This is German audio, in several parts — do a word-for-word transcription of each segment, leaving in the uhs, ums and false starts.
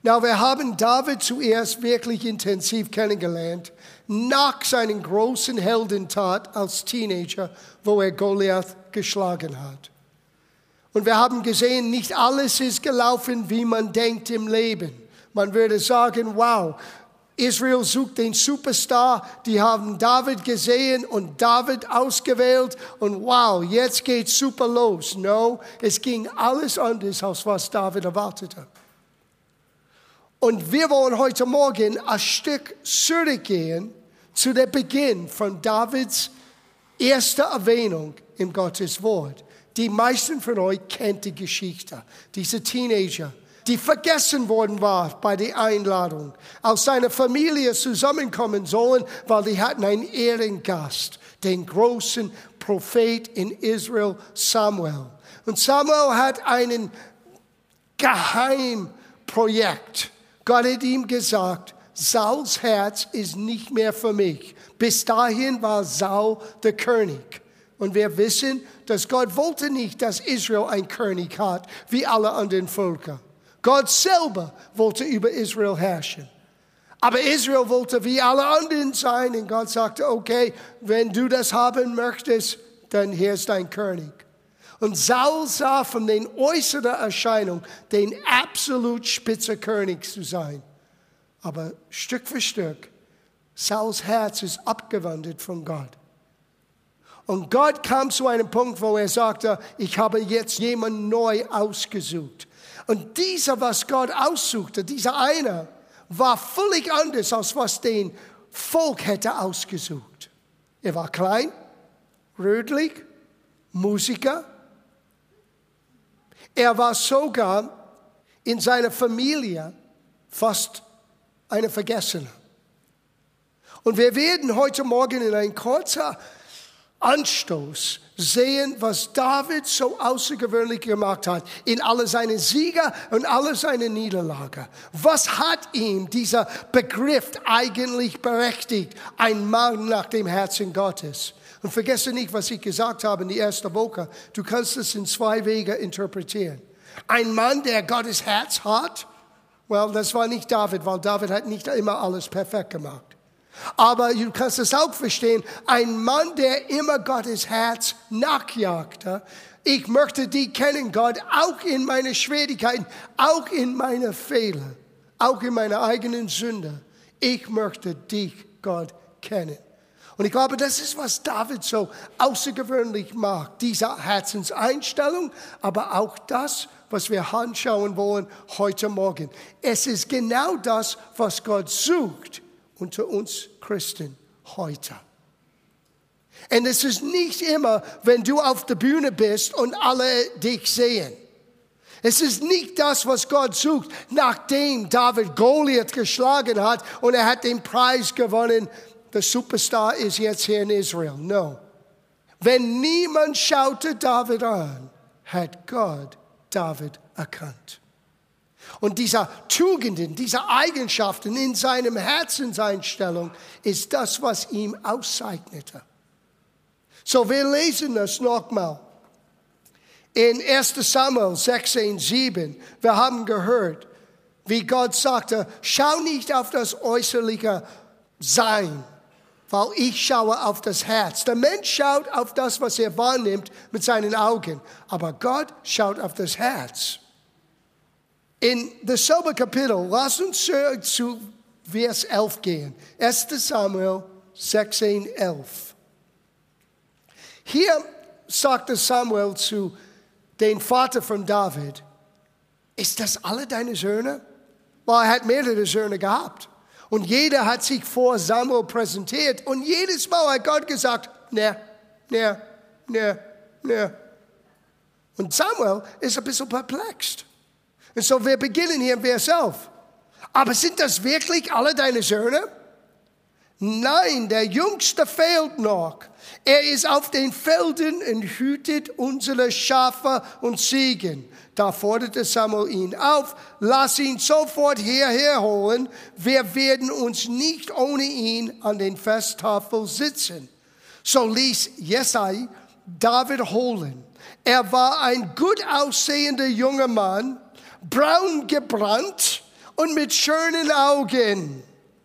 Na, wir haben David zuerst wirklich intensiv kennengelernt, nach seinen großen Heldentat als Teenager, wo er Goliath geschlagen hat. Und wir haben gesehen, nicht alles ist gelaufen, wie man denkt im Leben. Man würde sagen, wow, Israel sucht den Superstar, die haben David gesehen und David ausgewählt und wow, jetzt geht's super los. No, es ging alles anders, als was David erwartete. Und wir wollen heute Morgen ein Stück zurückgehen zu dem Beginn von Davids erster Erwähnung im Gottes Wort. Die meisten von euch kennt die Geschichte. Dieser Teenager, die vergessen worden war bei der Einladung, als seine Familie zusammenkommen sollen, weil die hatten einen Ehrengast, den großen Prophet in Israel, Samuel. Und Samuel hat ein Geheimprojekt. Gott hat ihm gesagt, Sauls Herz ist nicht mehr für mich. Bis dahin war Saul der König. Und wir wissen, dass Gott wollte nicht, dass Israel einen König hat, wie alle anderen Völker. Gott selber wollte über Israel herrschen. Aber Israel wollte wie alle anderen sein. Und Gott sagte, okay, wenn du das haben möchtest, dann hier ist dein König. Und Saul sah von den äußeren Erscheinungen den absolut spitze König zu sein. Aber Stück für Stück, Sauls Herz ist abgewandert von Gott. Und Gott kam zu einem Punkt, wo er sagte, ich habe jetzt jemanden neu ausgesucht. Und dieser, was Gott aussuchte, dieser eine, war völlig anders, als was den Volk hätte ausgesucht. Er war klein, rötlich, Musiker. Er war sogar in seiner Familie fast eine Vergessene. Und wir werden heute Morgen in ein kurzer Anstoß sehen, was David so außergewöhnlich gemacht hat in alle seine Siege und alle seine Niederlagen. Was hat ihm dieser Begriff eigentlich berechtigt? Ein Mann nach dem Herzen Gottes. Und vergesse nicht, was ich gesagt habe in der ersten Woche. Du kannst es in zwei Wege interpretieren. Ein Mann, der Gottes Herz hat, well, das war nicht David, weil David hat nicht immer alles perfekt gemacht. Aber du kannst es auch verstehen, ein Mann, der immer Gottes Herz nachjagte. Ich möchte dich kennen, Gott, auch in meine Schwierigkeiten, auch in meine Fehler, auch in meiner eigenen Sünde. Ich möchte dich, Gott, kennen. Und ich glaube, das ist, was David so außergewöhnlich macht, diese Herzenseinstellung, aber auch das, was wir anschauen wollen heute Morgen. Es ist genau das, was Gott sucht unter uns Christen heute. Und es ist nicht immer, wenn du auf der Bühne bist und alle dich sehen. Es ist nicht das, was Gott sucht, nachdem David Goliath geschlagen hat und er hat den Preis gewonnen. Der Superstar ist jetzt hier in Israel. No. Wenn niemand schaute David an, hat Gott David erkannt. Und diese Tugenden, diese Eigenschaften in seinem Herzenseinstellung ist das, was ihn auszeichnete. So, wir lesen das nochmal. In erster Samuel sechzehn, sieben, wir haben gehört, wie Gott sagte, schau nicht auf das äußerliche Sein, weil ich schaue auf das Herz. Der Mensch schaut auf das, was er wahrnimmt mit seinen Augen, aber Gott schaut auf das Herz. In dasselbe Kapitel, lass uns zu Vers elf gehen. erster Samuel sechzehn, elf. Hier sagte Samuel zu dem Vater von David, ist das alle deine Söhne? Weil er hat mehrere Söhne gehabt. Und jeder hat sich vor Samuel präsentiert. Und jedes Mal hat Gott gesagt, ne, ne, ne, ne. Und Samuel ist ein bisschen perplex. Und so wir beginnen hier in Vers elf. Aber sind das wirklich alle deine Söhne? Nein, der Jüngste fehlt noch. Er ist auf den Feldern und hütet unsere Schafe und Ziegen. Da forderte Samuel ihn auf, lass ihn sofort hierher holen. Wir werden uns nicht ohne ihn an den Festtafeln sitzen. So ließ Jesai David holen. Er war ein gut aussehender junger Mann, braun gebrannt und mit schönen Augen.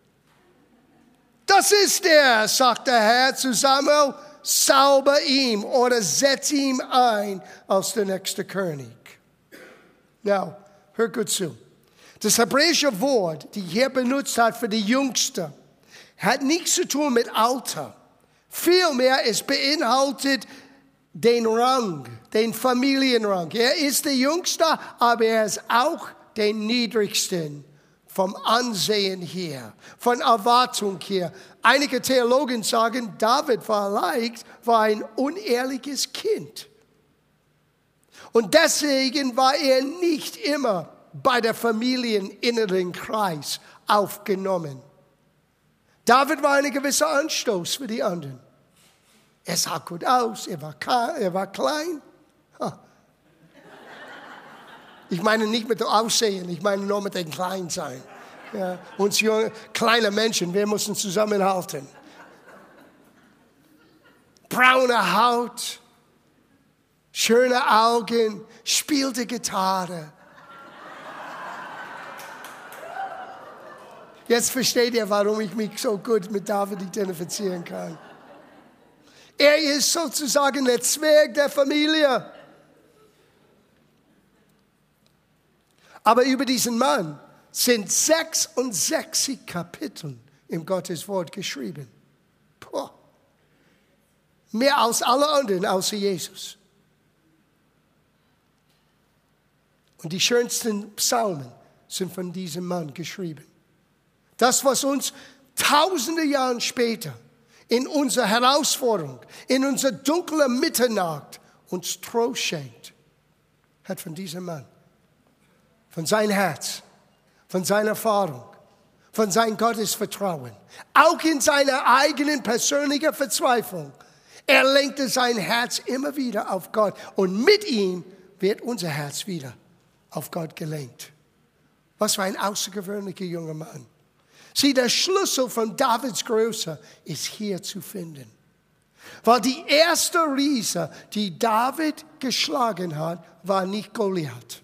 Das ist er, sagt der Herr zu Samuel, sauber ihm oder setz ihm ein als der nächste König. Now, hör gut zu. Das hebräische Wort, die hier benutzt hat für die Jüngste, hat nichts zu tun mit Alter. Vielmehr, es beinhaltet den Rang, den Familienrang. Er ist der Jüngste, aber er ist auch der Niedrigste vom Ansehen her, von Erwartung her. Einige Theologen sagen, David vielleicht war ein unehrliches Kind. Und deswegen war er nicht immer bei der familieninneren Kreis aufgenommen. David war ein gewisser Anstoß für die anderen. Er sah gut aus, er war, er war klein. Ich meine nicht mit dem Aussehen, ich meine nur mit dem Kleinsein. Ja, uns junge, kleine Menschen, wir müssen zusammenhalten. Braune Haut, schöne Augen, spielte Gitarre. Jetzt versteht ihr, warum ich mich so gut mit David identifizieren kann. Er ist sozusagen der Zwerg der Familie. Aber über diesen Mann sind sechsundsechzig Kapitel im Gottes Wort geschrieben. Puh. Mehr als alle anderen, außer Jesus. Und die schönsten Psalmen sind von diesem Mann geschrieben. Das, was uns tausende Jahre später in unserer Herausforderung, in unserer dunklen Mitternacht uns Trost schenkt, hat von diesem Mann, von seinem Herz, von seiner Erfahrung, von seinem Gottesvertrauen, auch in seiner eigenen persönlichen Verzweiflung. Er lenkte sein Herz immer wieder auf Gott und mit ihm wird unser Herz wieder auf Gott gelenkt. Was für ein außergewöhnlicher junger Mann. Sieh, der Schlüssel von Davids Größe ist hier zu finden. Weil die erste Riese, die David geschlagen hat, war nicht Goliath.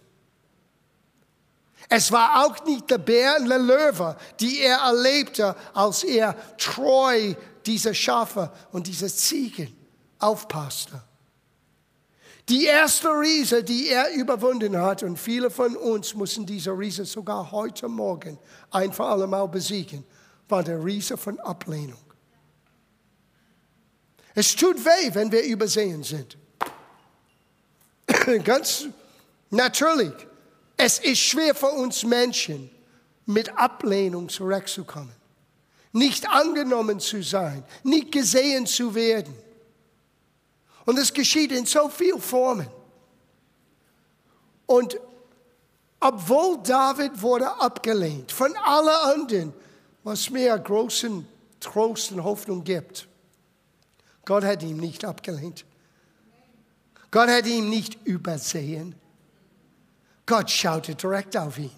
Es war auch nicht der Bär und der Löwe, die er erlebte, als er treu diese Schafe und diese Ziegen aufpasste. Die erste Riese, die er überwunden hat, und viele von uns müssen diese Riese sogar heute Morgen ein für alle Mal besiegen, war der Riese von Ablehnung. Es tut weh, wenn wir übersehen sind. Ganz natürlich. Es ist schwer für uns Menschen, mit Ablehnung zurechtzukommen. Nicht angenommen zu sein, nicht gesehen zu werden. Und es geschieht in so vielen Formen. Und obwohl David wurde abgelehnt von allen anderen, was mir großen Trost und Hoffnung gibt, Gott hat ihn nicht abgelehnt. Gott hat ihn nicht übersehen. Gott schaute direkt auf ihn.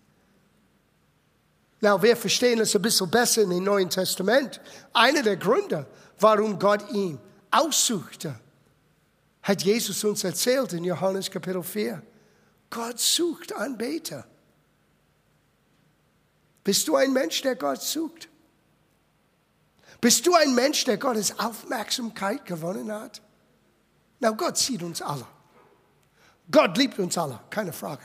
Na, wir verstehen es ein bisschen besser im Neuen Testament. Einer der Gründe, warum Gott ihn aussuchte, hat Jesus uns erzählt in Johannes Kapitel vier. Gott sucht Anbeter. Bist du ein Mensch, der Gott sucht? Bist du ein Mensch, der Gottes Aufmerksamkeit gewonnen hat? Na, Gott sieht uns alle. Gott liebt uns alle, keine Frage.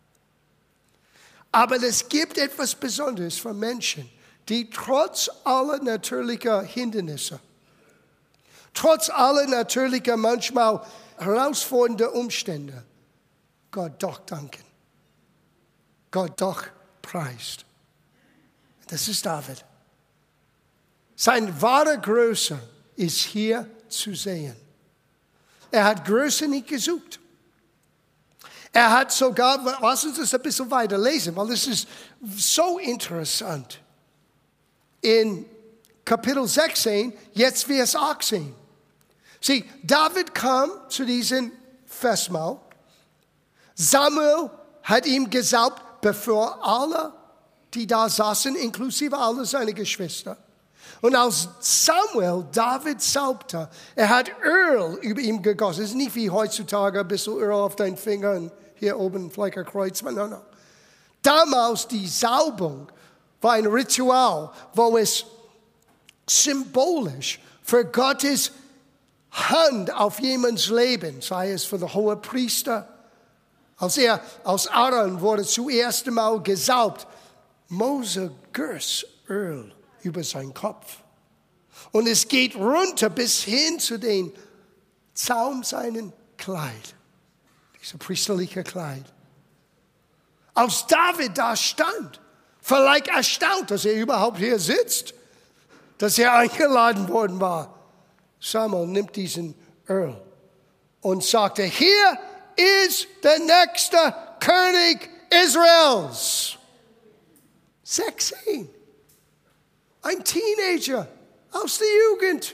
Aber es gibt etwas Besonderes für Menschen, die trotz aller natürlicher Hindernisse, trotz aller natürlicher, manchmal herausfordernder Umstände, Gott doch danken. Gott doch preist. Das ist David. Seine wahre Größe ist hier zu sehen. Er hat Größe nicht gesucht. Er hat sogar, lass uns das ein bisschen weiter lesen, weil das ist so interessant. In Kapitel sechzehn, jetzt Vers achtzehn. Sieh, David kam zu diesem Festmahl. Samuel hat ihm gesalbt, bevor alle, die da saßen, inklusive alle seine Geschwister. Und als Samuel David salbte, er hat Öl über ihm gegossen. Es ist nicht wie heutzutage ein bisschen Öl auf deinen Fingern, hier oben vielleicht ein Kreuz. No, no. Damals die Salbung war ein Ritual, wo es symbolisch für Gottes Hand auf jemands Leben, sei es für den Hohepriester, als er, als Aaron wurde zuerst einmal gesalbt, Mose goss Öl über seinen Kopf. Und es geht runter bis hin zu den Zaum seinen Kleid, dieser priesterliche Kleid. Als David da stand, vielleicht erstaunt, dass er überhaupt hier sitzt, dass er eingeladen worden war. Samuel nimmt diesen Öl und sagte, hier ist der nächste König Israels. sechzehn. Ein Teenager aus der Jugend.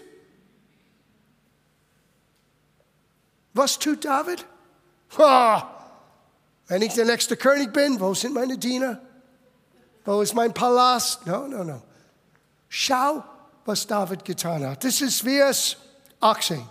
Was tut David? Oh, wenn ich der nächste König bin, wo sind meine Diener? Wo ist mein Palast? No, no, no. Schau, was David getan hat. Das ist Vers achtzehn.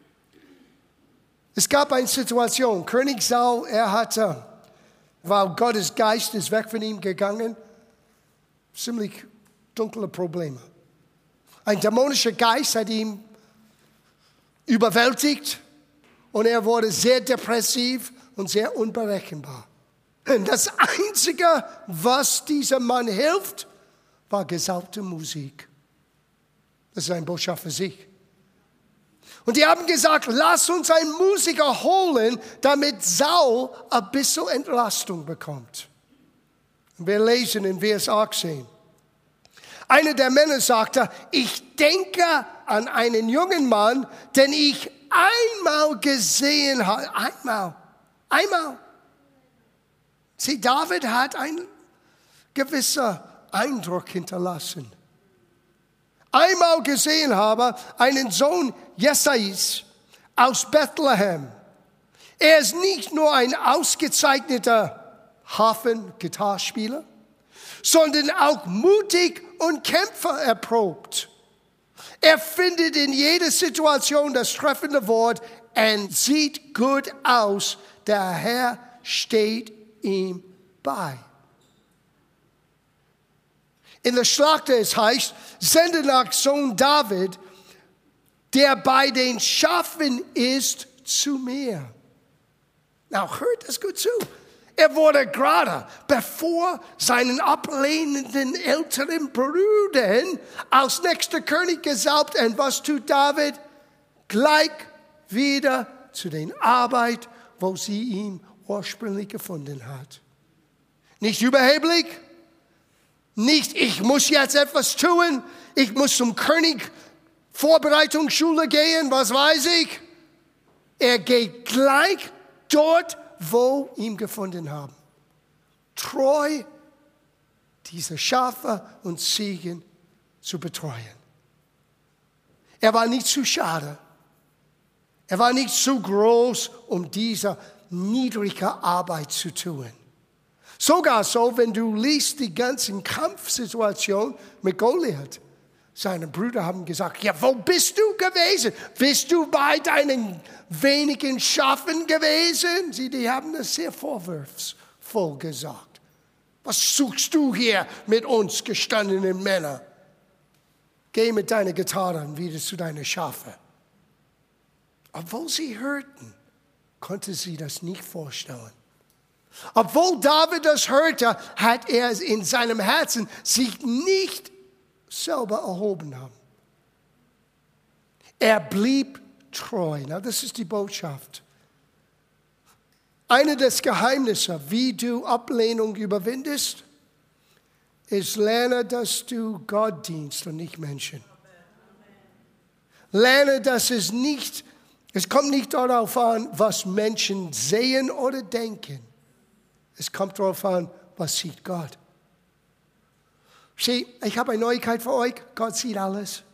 Es gab eine Situation. König Saul, er hatte, weil Gottes Geist ist weg von ihm gegangen, ziemlich dunkle Probleme. Ein dämonischer Geist hat ihn überwältigt und er wurde sehr depressiv und sehr unberechenbar. Und das Einzige, was diesem Mann hilft, war gesalbte Musik. Das ist eine Botschaft für sich. Und die haben gesagt, lass uns einen Musiker holen, damit Saul ein bisschen Entlastung bekommt. Und wir lesen in Vers achtzehn. Einer der Männer sagte, ich denke an einen jungen Mann, den ich einmal gesehen habe. Einmal. Einmal. Sieh, David hat einen gewissen Eindruck hinterlassen. Einmal gesehen habe, einen Sohn Jesais aus Bethlehem. Er ist nicht nur ein ausgezeichneter Harfen-Gitarrespieler, sondern auch mutig und Kämpfer erprobt. Er findet in jeder Situation das treffende Wort und sieht gut aus. Der Herr steht ihm bei. In der Schlachter es heißt, sende nach Sohn David, der bei den Schafen ist, zu mir. Now, hört das gut zu. Er wurde gerade, bevor seinen ablehnenden älteren Brüdern als nächster König gesalbt. Und was tut David? Gleich wieder zu den Arbeit, wo sie ihn ursprünglich gefunden hat. Nicht überheblich. Nicht, ich muss jetzt etwas tun, ich muss zum König Vorbereitungsschule gehen, was weiß ich. Er geht gleich dort, wo ihn gefunden haben. Treu diese Schafe und Ziegen zu betreuen. Er war nicht zu schade. Er war nicht zu groß, um diese niedrige Arbeit zu tun. Sogar so, wenn du liest die ganzen Kampfsituationen mit Goliath. Seine Brüder haben gesagt, ja, wo bist du gewesen? Bist du bei deinen wenigen Schafen gewesen? Sie, die haben das sehr vorwurfsvoll gesagt. Was suchst du hier mit uns gestandenen Männern? Geh mit deiner Gitarre wieder zu deinen Schafen. Obwohl sie hörten, konnte sie das nicht vorstellen. Obwohl David das hörte, hat er in seinem Herzen sich nicht selber erhoben haben. Er blieb treu. Na, das ist die Botschaft. Eine des Geheimnisse, wie du Ablehnung überwindest, ist lerne, dass du Gott dienst und nicht Menschen. Lerne, dass es nicht, es kommt nicht darauf an, was Menschen sehen oder denken. Es kommt darauf an, was sieht Gott. Sieh, ich habe eine Neuigkeit für euch. Gott sieht alles.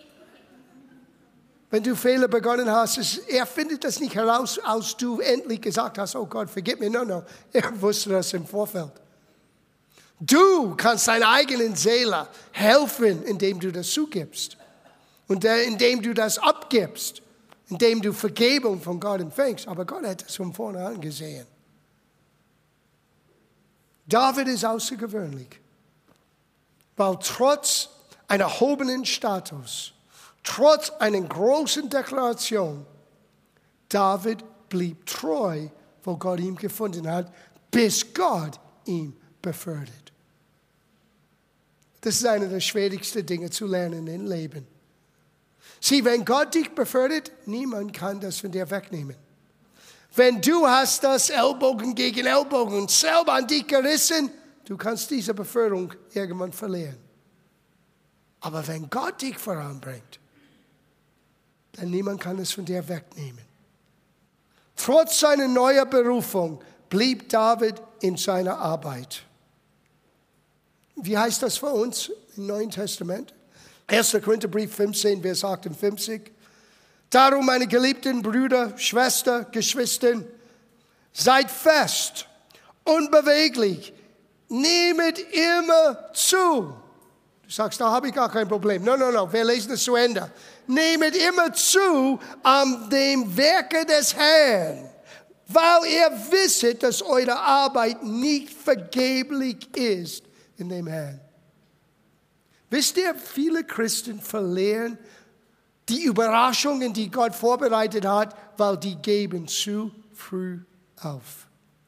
Wenn du Fehler begonnen hast, es, er findet das nicht heraus, als du endlich gesagt hast, oh Gott, vergib mir. No, no, er wusste das im Vorfeld. Du kannst deiner eigenen Seele helfen, indem du das zugibst. Und indem du das abgibst. Indem du Vergebung von Gott empfängst. Aber Gott hat es von vornherein gesehen. David ist außergewöhnlich, weil trotz einer erhobenen Status, trotz einer großen Deklaration, David blieb treu, wo Gott ihn gefunden hat, bis Gott ihn befördert. Das ist eine der schwierigsten Dinge zu lernen im Leben. Sieh, wenn Gott dich befördert, niemand kann das von dir wegnehmen. Wenn du hast das Ellbogen gegen Ellbogen und selber an dich gerissen, du kannst diese Beförderung irgendwann verlieren. Aber wenn Gott dich voranbringt, dann niemand kann es von dir wegnehmen. Trotz seiner neuen Berufung blieb David in seiner Arbeit. Wie heißt das für uns im Neuen Testament? erster Korintherbrief fünfzehn, Vers achtundfünfzig. Darum, meine geliebten Brüder, Schwestern, Geschwister, seid fest, unbeweglich, nehmet immer zu. Du sagst, da habe ich gar kein Problem. No, no, no, wir lesen es zu Ende. Nehmet immer zu an dem Werke des Herrn, weil ihr wisset, dass eure Arbeit nicht vergeblich ist in dem Herrn. Wisst ihr, viele Christen verlieren die Überraschungen, die Gott vorbereitet hat, weil die geben zu früh auf.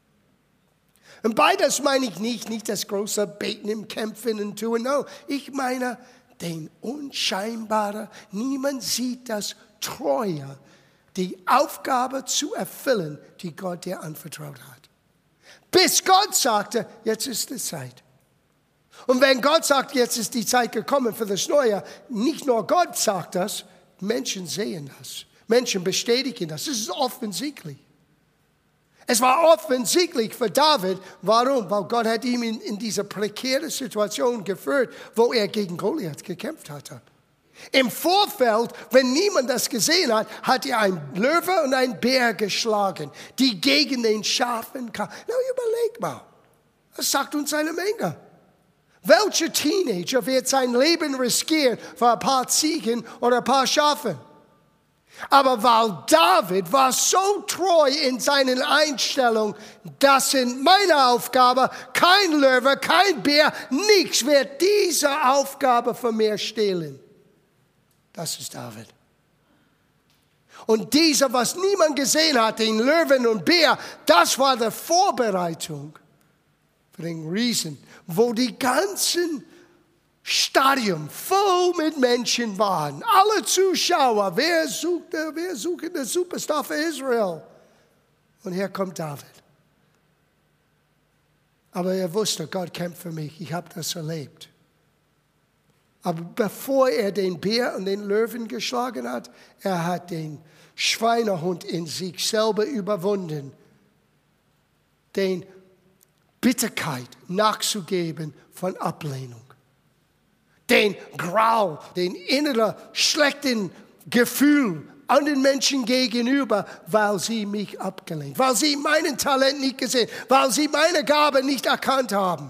Und beides meine ich nicht, nicht das große Beten im Kämpfen und Tun. No, ich meine den Unscheinbaren. Niemand sieht das Treue, die Aufgabe zu erfüllen, die Gott dir anvertraut hat. Bis Gott sagte, jetzt ist die Zeit. Und wenn Gott sagt, jetzt ist die Zeit gekommen für das Neue, nicht nur Gott sagt das, Menschen sehen das. Menschen bestätigen das. Es ist offensichtlich. Es war offensichtlich für David. Warum? Weil Gott hat ihn in, in diese prekäre Situation geführt, wo er gegen Goliath gekämpft hatte. Im Vorfeld, wenn niemand das gesehen hat, hat er einen Löwe und einen Bär geschlagen, die gegen den Schafen kamen. Na, überleg mal. Das sagt uns eine Menge. Welcher Teenager wird sein Leben riskieren für ein paar Ziegen oder ein paar Schafe? Aber weil David war so treu in seinen Einstellungen, das sind meine Aufgabe, kein Löwe, kein Bär, nichts wird diese Aufgabe von mir stehlen. Das ist David. Und dieser, was niemand gesehen hat, den Löwen und Bär, das war die Vorbereitung für den Riesen, wo die ganzen Stadion voll mit Menschen waren. Alle Zuschauer, wer sucht, wer sucht den Superstar für Israel? Und hier kommt David. Aber er wusste, Gott kämpft für mich, ich habe das erlebt. Aber bevor er den Bär und den Löwen geschlagen hat, er hat den Schweinehund in sich selber überwunden. Den Bitterkeit nachzugeben von Ablehnung. Den Graul, den inneren schlechten Gefühl an den Menschen gegenüber, weil sie mich abgelehnt, weil sie meinen Talent nicht gesehen, weil sie meine Gabe nicht erkannt haben.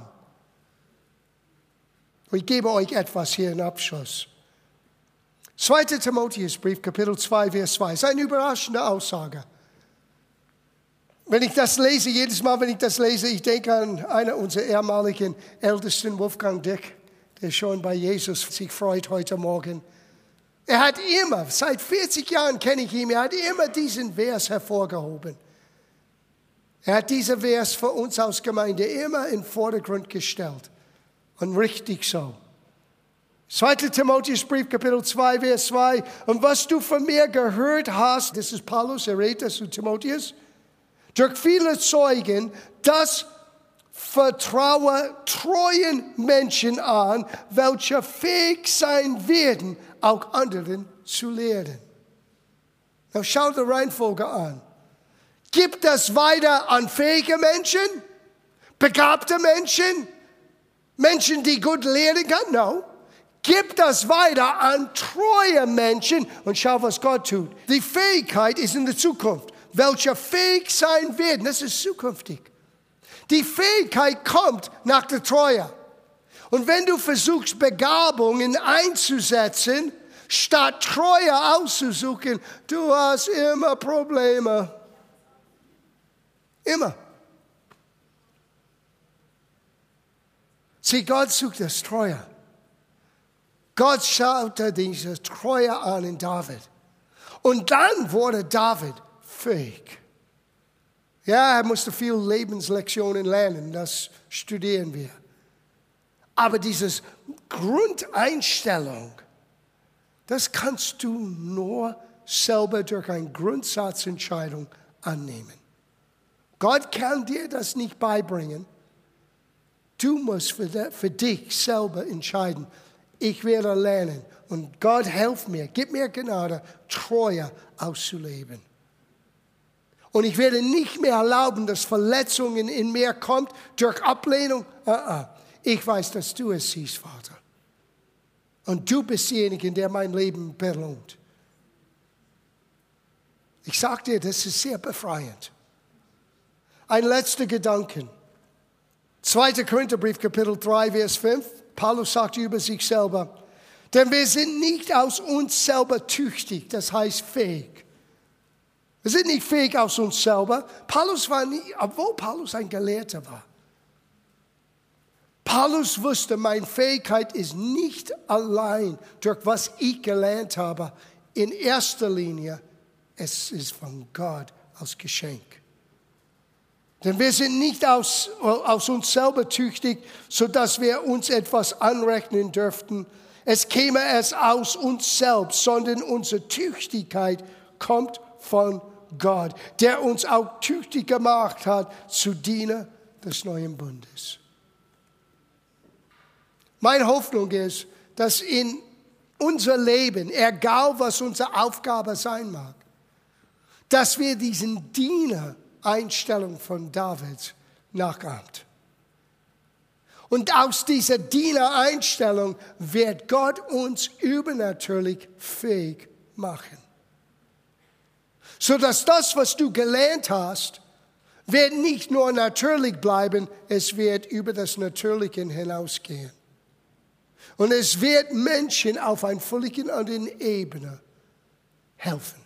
Ich gebe euch etwas hier in Abschluss. zweiter Timotheusbrief, Kapitel zwei, Vers zwei. Das ist eine überraschende Aussage. Wenn ich das lese, jedes Mal, wenn ich das lese, ich denke an einen unserer ehemaligen Ältesten, Wolfgang Dick, der schon bei Jesus sich freut heute Morgen. Er hat immer, seit vierzig Jahren kenne ich ihn, er hat immer diesen Vers hervorgehoben. Er hat diesen Vers für uns als Gemeinde immer in den Vordergrund gestellt. Und richtig so. zweiter Timotheusbrief, Kapitel zwei, Vers zwei. Und was du von mir gehört hast, das ist Paulus, er redet zu Timotheus, durch viele Zeugen, das vertraue treuen Menschen an, welche fähig sein werden, auch anderen zu lehren. Now schau die Reihenfolge an. Gib das weiter an fähige Menschen, begabte Menschen, Menschen, die gut lehren können? No. Gib das weiter an treue Menschen und schau, was Gott tut. Die Fähigkeit ist in der Zukunft. Welche fähig sein werden, das ist zukünftig. Die Fähigkeit kommt nach der Treue. Und wenn du versuchst, Begabungen einzusetzen, statt Treue auszusuchen, du hast immer Probleme. Immer. Sieh, Gott sucht das Treue. Gott schaute diese Treue an in David. Und dann wurde David fähig. Ja, er musste viele Lebenslektionen lernen, das studieren wir. Aber diese Grundeinstellung, das kannst du nur selber durch eine Grundsatzentscheidung annehmen. Gott kann dir das nicht beibringen. Du musst für, de, für dich selber entscheiden. Ich werde lernen und Gott hilf mir, gib mir Gnade, Treue auszuleben. Und ich werde nicht mehr erlauben, dass Verletzungen in mir kommen durch Ablehnung. Uh-uh. Ich weiß, dass du es siehst, Vater. Und du bist derjenige, der mein Leben belohnt. Ich sage dir, das ist sehr befreiend. Ein letzter Gedanke. zweiter Korintherbrief, Kapitel drei, Vers fünf. Paulus sagt über sich selber, denn wir sind nicht aus uns selber tüchtig, das heißt fähig. Wir sind nicht fähig aus uns selber. Paulus war nie, obwohl Paulus ein Gelehrter war. Paulus wusste, meine Fähigkeit ist nicht allein durch was ich gelernt habe. In erster Linie, es ist von Gott als Geschenk. Denn wir sind nicht aus, aus uns selber tüchtig, sodass wir uns etwas anrechnen dürften. Es käme es aus uns selbst, sondern unsere Tüchtigkeit kommt von Gott, der uns auch tüchtig gemacht hat zu Diener des neuen Bundes. Meine Hoffnung ist, dass in unser Leben, egal was unsere Aufgabe sein mag, dass wir diesen Diener-Einstellung von David nachahmt. Und aus dieser Diener-Einstellung wird Gott uns übernatürlich fähig machen. Sodass das, was du gelernt hast, wird nicht nur natürlich bleiben, es wird über das Natürliche hinausgehen. Und es wird Menschen auf einer völlig anderen Ebene helfen.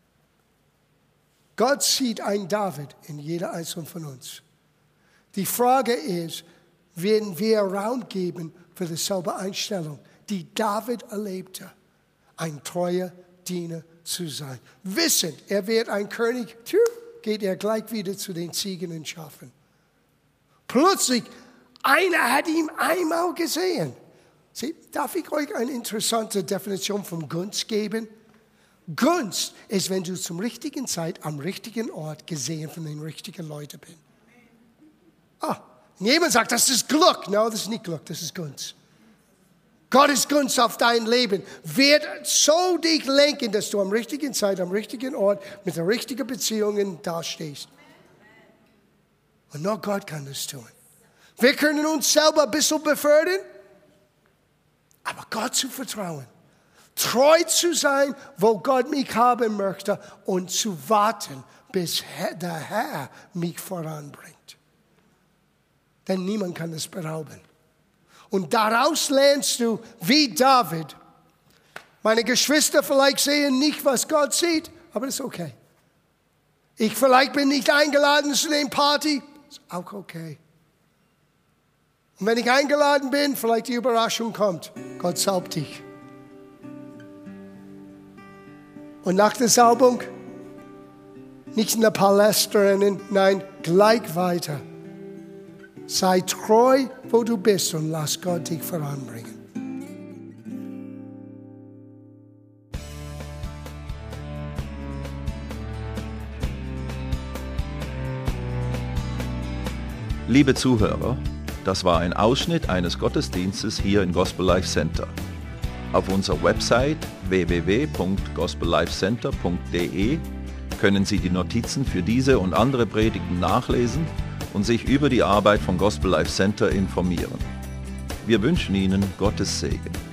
Gott sieht einen David in jeder einzelnen von uns. Die Frage ist, werden wir Raum geben für dieselbe Einstellung, die David erlebte, ein treuer Diener zu sein. Wissend, er wird ein König, geht er gleich wieder zu den Ziegen und Schafen. Plötzlich, einer hat ihn einmal gesehen. Sie, darf ich euch eine interessante Definition von Gunst geben? Gunst ist, wenn du zum richtigen Zeit am richtigen Ort gesehen von den richtigen Leuten bist. Ah, jemand sagt, das ist Glück. Nein, das ist nicht Glück, das ist Gunst. Gottes Gunst auf dein Leben wird so dich lenken, dass du am richtigen Zeit, am richtigen Ort mit den richtigen Beziehungen dastehst. Und nur Gott kann das tun. Wir können uns selber ein bisschen befördern, aber Gott zu vertrauen. Treu zu sein, wo Gott mich haben möchte und zu warten, bis der Herr mich voranbringt. Denn niemand kann es berauben. Und daraus lernst du, wie David. Meine Geschwister vielleicht sehen nicht, was Gott sieht, aber das ist okay. Ich vielleicht bin nicht eingeladen zu der Party, ist auch okay. Und wenn ich eingeladen bin, vielleicht die Überraschung kommt, Gott salbt dich. Und nach der Salbung, nicht in der Palast rennen, nein, gleich weiter. Sei treu, wo du bist und lass Gott dich voranbringen. Liebe Zuhörer, das war ein Ausschnitt eines Gottesdienstes hier im Gospel Life Center. Auf unserer Website w w w punkt gospel life center punkt d e können Sie die Notizen für diese und andere Predigten nachlesen und sich über die Arbeit vom Gospel Life Center informieren. Wir wünschen Ihnen Gottes Segen.